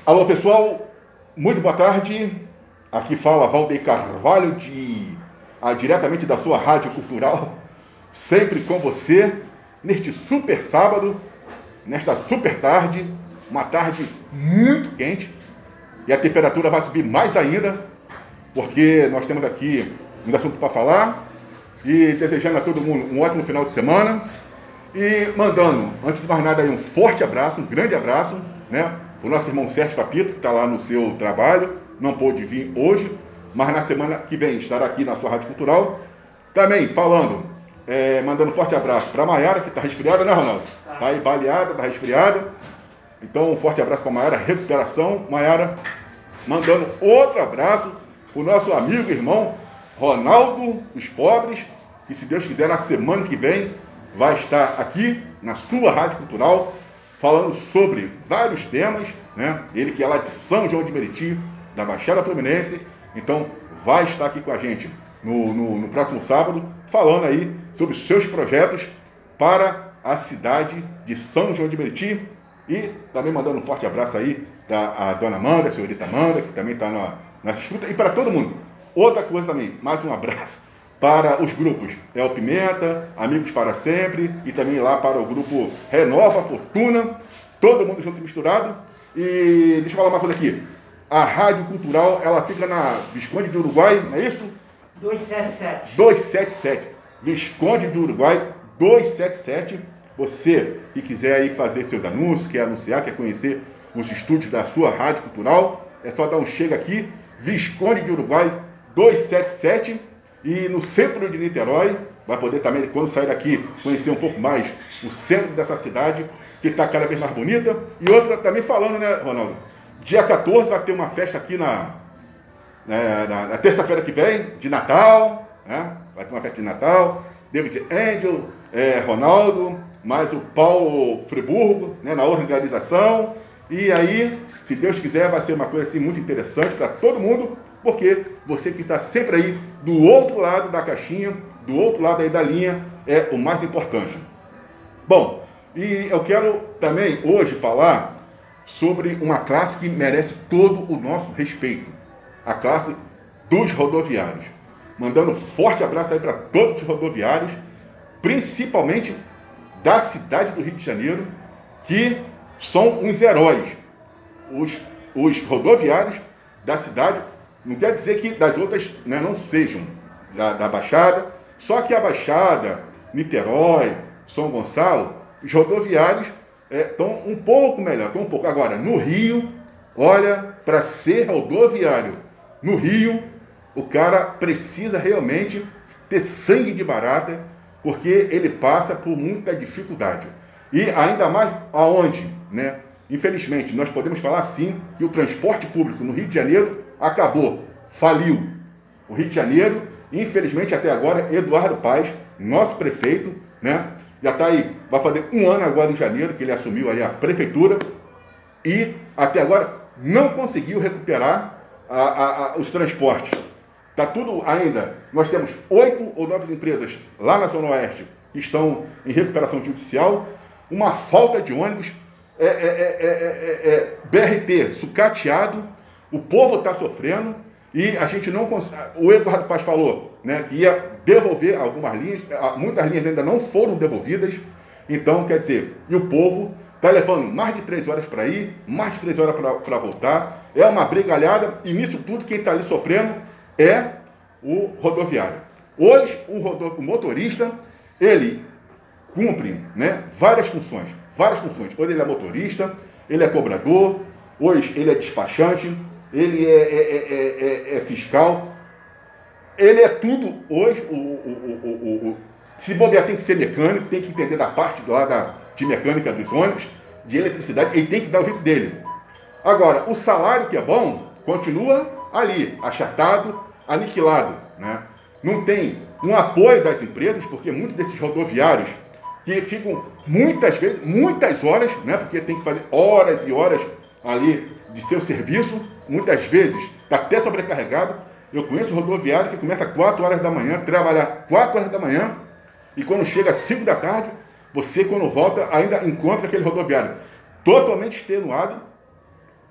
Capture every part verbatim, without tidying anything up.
Alô, pessoal, muito boa tarde. Aqui fala Valdeir Carvalho, de, ah, diretamente da sua Rádio Cultural, sempre com você, neste super sábado, nesta super tarde, uma tarde muito quente, e a temperatura vai subir mais ainda, porque nós temos aqui um assunto para falar, e desejando a todo mundo um ótimo final de semana, e mandando, antes de mais nada, aí um forte abraço, um grande abraço, né? O nosso irmão Sérgio Papito, que está lá no seu trabalho, não pôde vir hoje, mas na semana que vem estará aqui na sua Rádio Cultural. Também falando, é, mandando um forte abraço para a Maiara, que está resfriada, né, Ronaldo? Está aí baleada, está resfriada. Então, um forte abraço para a Maiara, recuperação. Maiara, mandando outro abraço para o nosso amigo e irmão Ronaldo dos Pobres, que, se Deus quiser, na semana que vem vai estar aqui na sua Rádio Cultural, falando sobre vários temas, né? Ele que é lá de São João de Meriti, da Baixada Fluminense, então vai estar aqui com a gente no, no, no próximo sábado, falando aí sobre os seus projetos para a cidade de São João de Meriti, e também mandando um forte abraço aí da a dona Amanda, a senhorita Amanda, que também está na, na escuta, e para todo mundo. Outra coisa também, mais um abraço para os grupos El Pimenta, Amigos para Sempre, e também lá para o grupo Renova Fortuna, todo mundo junto e misturado. E deixa eu falar uma coisa aqui, a Rádio Cultural, ela fica na Visconde de Uruguai, não é isso? duzentos e setenta e sete. duzentos e setenta e sete, Visconde de Uruguai, duzentos e setenta e sete. Você que quiser aí fazer seus anúncios, quer anunciar, quer conhecer os estúdios da sua Rádio Cultural, é só dar um chega aqui, Visconde de Uruguai, duzentos e setenta e sete. E no centro de Niterói, vai poder também, quando sair daqui, conhecer um pouco mais o centro dessa cidade, que está cada vez mais bonita. E outra, também falando, né, Ronaldo? Dia quatorze vai ter uma festa aqui na, na, na, na terça-feira que vem, de Natal, né? Vai ter uma festa de Natal. David Angel, é, Ronaldo, mais o Paulo Friburgo, né, na organização. E aí, se Deus quiser, vai ser uma coisa assim muito interessante para todo mundo, porque você que está sempre aí do outro lado da caixinha, do outro lado aí da linha, é o mais importante. Bom, e eu quero também hoje falar sobre uma classe que merece todo o nosso respeito, a classe dos rodoviários. Mandando um forte abraço aí para todos os rodoviários, principalmente da cidade do Rio de Janeiro, que são uns heróis. Os, os rodoviários da cidade, não quer dizer que das outras, né, não sejam da, da Baixada, só que a Baixada, Niterói, São Gonçalo, os rodoviários estão é, um pouco melhor, estão um pouco. Agora, no Rio, olha, para ser rodoviário no Rio, o cara precisa realmente ter sangue de barata, porque ele passa por muita dificuldade. E ainda mais aonde, né? Infelizmente, nós podemos falar sim que o transporte público no Rio de Janeiro acabou, faliu. O Rio de Janeiro, infelizmente até agora, Eduardo Paes, nosso prefeito, né, já está aí, vai fazer um ano agora em janeiro que ele assumiu aí a prefeitura, e até agora não conseguiu recuperar a, a, a, os transportes. Está tudo ainda, nós temos oito ou nove empresas lá na Zona Oeste que estão em recuperação judicial, uma falta de ônibus, é, é, é, é, é, B R T sucateado, o povo está sofrendo e a gente não consegue. O Eduardo Paes falou, né, que ia devolver algumas linhas, muitas linhas ainda não foram devolvidas. Então, quer dizer, e o povo está levando mais de três horas para ir, mais de três horas para voltar. É uma brigalhada e nisso tudo quem está ali sofrendo é o rodoviário. Hoje, o, rodo, o motorista, ele cumpre, né, várias funções, várias funções. Hoje ele é motorista, ele é cobrador, hoje ele é despachante, ele é, é, é, é, é fiscal, ele é tudo hoje. O, o, o, o, o, se bobear, tem que ser mecânico, tem que entender da parte lá da, de mecânica dos ônibus, de eletricidade, ele tem que dar o jeito dele. Agora, o salário que é bom, continua ali, achatado, aniquilado, né? Não tem um apoio das empresas, porque muitos desses rodoviários que ficam muitas vezes, muitas horas, né? Porque tem que fazer horas e horas ali de seu serviço, muitas vezes está até sobrecarregado. Eu conheço rodoviário que começa quatro horas da manhã, trabalhar quatro horas da manhã, e quando chega às cinco da tarde, você, quando volta, ainda encontra aquele rodoviário totalmente extenuado,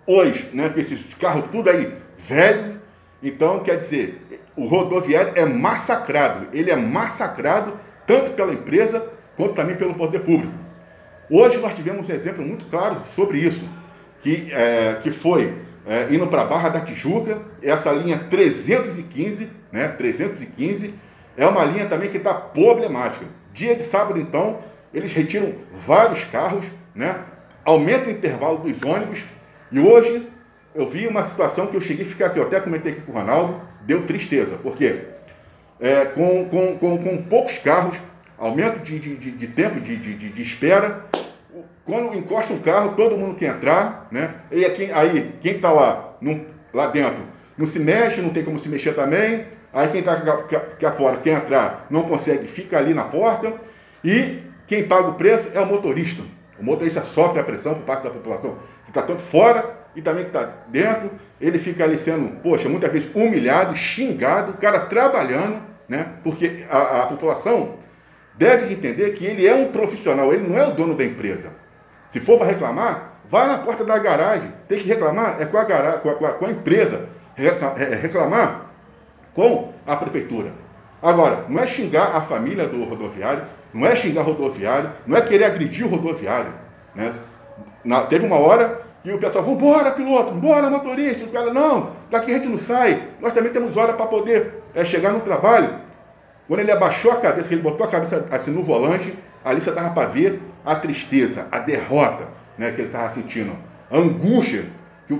hoje, né, com esses carros tudo aí velho, então quer dizer, o rodoviário é massacrado, ele é massacrado tanto pela empresa quanto também pelo poder público. Hoje nós tivemos um exemplo muito claro sobre isso, que, é, que foi é, indo para a Barra da Tijuca, essa linha trezentos e quinze, né, trezentos e quinze, é uma linha também que está problemática. Dia de sábado, então, eles retiram vários carros, né, aumenta o intervalo dos ônibus, e hoje eu vi uma situação que eu cheguei a ficar assim, eu até comentei aqui com o Ronaldo, deu tristeza, porque é, com, com, com, com poucos carros, aumento de, de, de, de tempo de, de, de espera, quando encosta um carro, todo mundo quer entrar, né? E aqui, aí quem está lá, não, lá dentro não se mexe, não tem como se mexer também, aí quem está cá fora quer entrar, não consegue, fica ali na porta, e quem paga o preço é o motorista. O motorista sofre a pressão por parte da população que está tanto fora e também que está dentro, ele fica ali sendo, poxa, muitas vezes humilhado, xingado, o cara trabalhando, né? Porque a, a população deve entender que ele é um profissional, ele não é o dono da empresa. Se for para reclamar, vai na porta da garagem, tem que reclamar é com a, garagem, com a, com a empresa, reclamar com a prefeitura. Agora, não é xingar a família do rodoviário, não é xingar o rodoviário, não é querer agredir o rodoviário, né? Na, teve uma hora que o pessoal, vambora piloto, vambora motorista, o cara, não, daqui a gente não sai, nós também temos hora para poder é, chegar no trabalho. Quando ele abaixou a cabeça, que ele botou a cabeça assim no volante, ali você estava para ver a tristeza, a derrota, né, que ele estava sentindo, a angústia que o,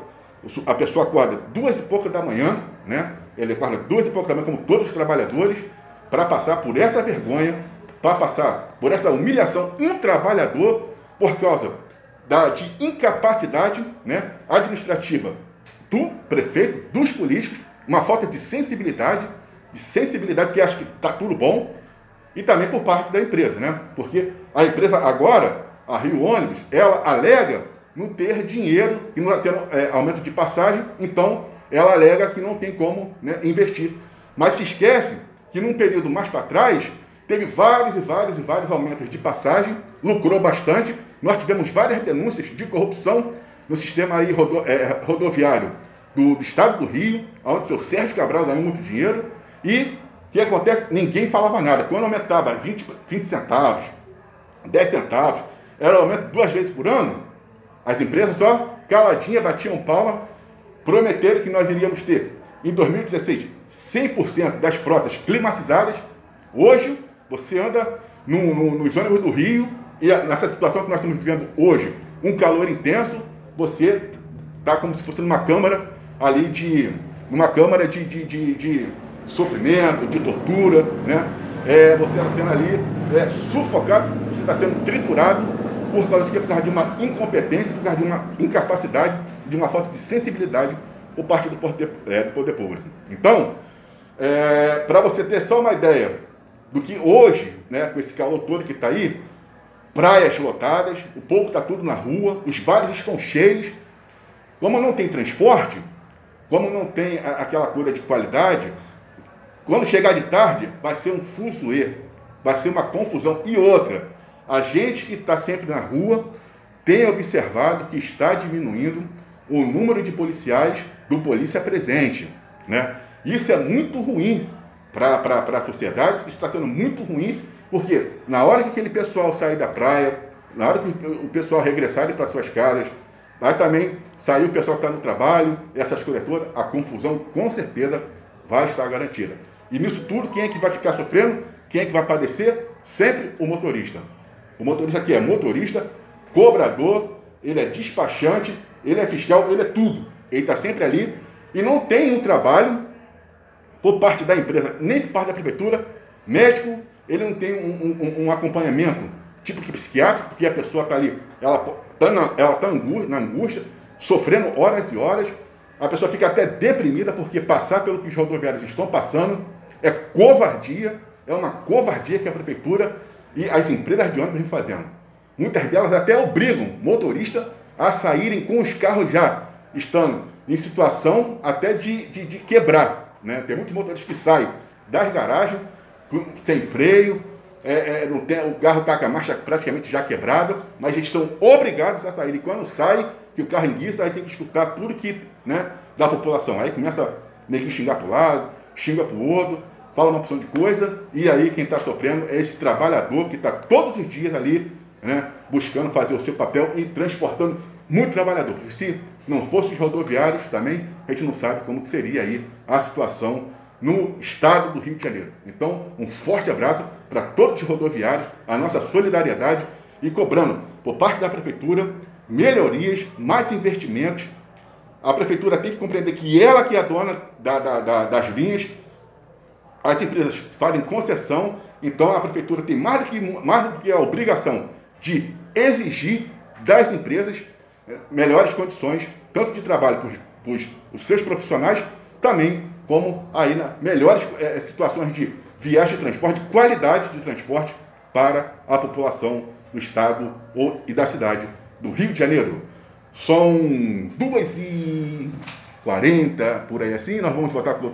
a pessoa acorda duas e pouca da manhã, né, ele acorda duas e pouca da manhã, como todos os trabalhadores, para passar por essa vergonha, para passar por essa humilhação, um trabalhador, por causa da, de incapacidade, né, administrativa do prefeito, dos políticos, uma falta de sensibilidade, de sensibilidade, que acho que está tudo bom, e também por parte da empresa, né? Porque a empresa agora, a Rio Ônibus, ela alega não ter dinheiro e não ter é, aumento de passagem, então ela alega que não tem como, né, investir. Mas se esquece que num período mais para trás, teve vários e vários e vários aumentos de passagem, lucrou bastante, nós tivemos várias denúncias de corrupção no sistema aí rodo, é, rodoviário do, do estado do Rio, onde o seu Sérgio Cabral ganhou muito dinheiro, e o que acontece? Ninguém falava nada. Quando aumentava vinte, vinte centavos, dez centavos, era aumento duas vezes por ano, as empresas só caladinha batiam palma, prometeram que nós iríamos ter, em dois mil e dezesseis, cem por cento das frotas climatizadas. Hoje, você anda no, no, nos ônibus do Rio, e nessa situação que nós estamos vivendo hoje, um calor intenso, você está como se fosse numa câmara ali de... numa câmara de... de, de, de sofrimento, de tortura, né? É, você está sendo ali é, sufocado, você está sendo triturado por causa de, por causa de uma incompetência, por causa de uma incapacidade, de uma falta de sensibilidade por parte do poder, é, do poder público. Então, é, para você ter só uma ideia do que hoje, né, com esse calor todo que está aí, praias lotadas, o povo está tudo na rua, os bares estão cheios, como não tem transporte, como não tem aquela coisa de qualidade, quando chegar de tarde, vai ser um fuzuê, vai ser uma confusão. E outra, a gente que está sempre na rua tem observado que está diminuindo o número de policiais do Polícia Presente, né? Isso é muito ruim para a sociedade, isso está sendo muito ruim, porque na hora que aquele pessoal sair da praia, na hora que o pessoal regressar para suas casas, vai também sair o pessoal que está no trabalho, essas coisas todas, a confusão com certeza vai estar garantida. E nisso tudo, quem é que vai ficar sofrendo? Quem é que vai padecer? Sempre o motorista. O motorista aqui é motorista, cobrador, ele é despachante, ele é fiscal, ele é tudo. Ele está sempre ali e não tem um trabalho por parte da empresa, nem por parte da prefeitura, médico, ele não tem um, um, um acompanhamento tipo que psiquiátrico, porque a pessoa está ali, ela está na, ela tá na angústia, sofrendo horas e horas, a pessoa fica até deprimida porque passar pelo que os rodoviários estão passando é covardia, é uma covardia que a prefeitura e as empresas de ônibus vêm fazendo. Muitas delas até obrigam motorista a saírem com os carros já estando em situação até de, de, de quebrar, né? Tem muitos motoristas que saem das garagens sem freio, é, é, não tem, o carro está com a marcha praticamente já quebrada, mas eles são obrigados a sair. E quando saem, que o carro enguiça, aí tem que escutar tudo que, né, da população. Aí começa meio que xingar para o lado, xinga para o outro, fala uma opção de coisa, e aí quem está sofrendo é esse trabalhador que está todos os dias ali, né, buscando fazer o seu papel e transportando muito trabalhador. Porque se não fosse os rodoviários também, a gente não sabe como que seria aí a situação no estado do Rio de Janeiro. Então, um forte abraço para todos os rodoviários, a nossa solidariedade e cobrando por parte da Prefeitura melhorias, mais investimentos. A Prefeitura tem que compreender que ela que é a dona da, da, da, das linhas, as empresas fazem concessão, então a Prefeitura tem mais do que, mais do que a obrigação de exigir das empresas melhores condições, tanto de trabalho para os seus profissionais, também como aí na melhores é, situações de viagem de transporte, de qualidade de transporte para a população do estado ou, e da cidade do Rio de Janeiro. São duas e quarenta, por aí assim, nós vamos voltar para o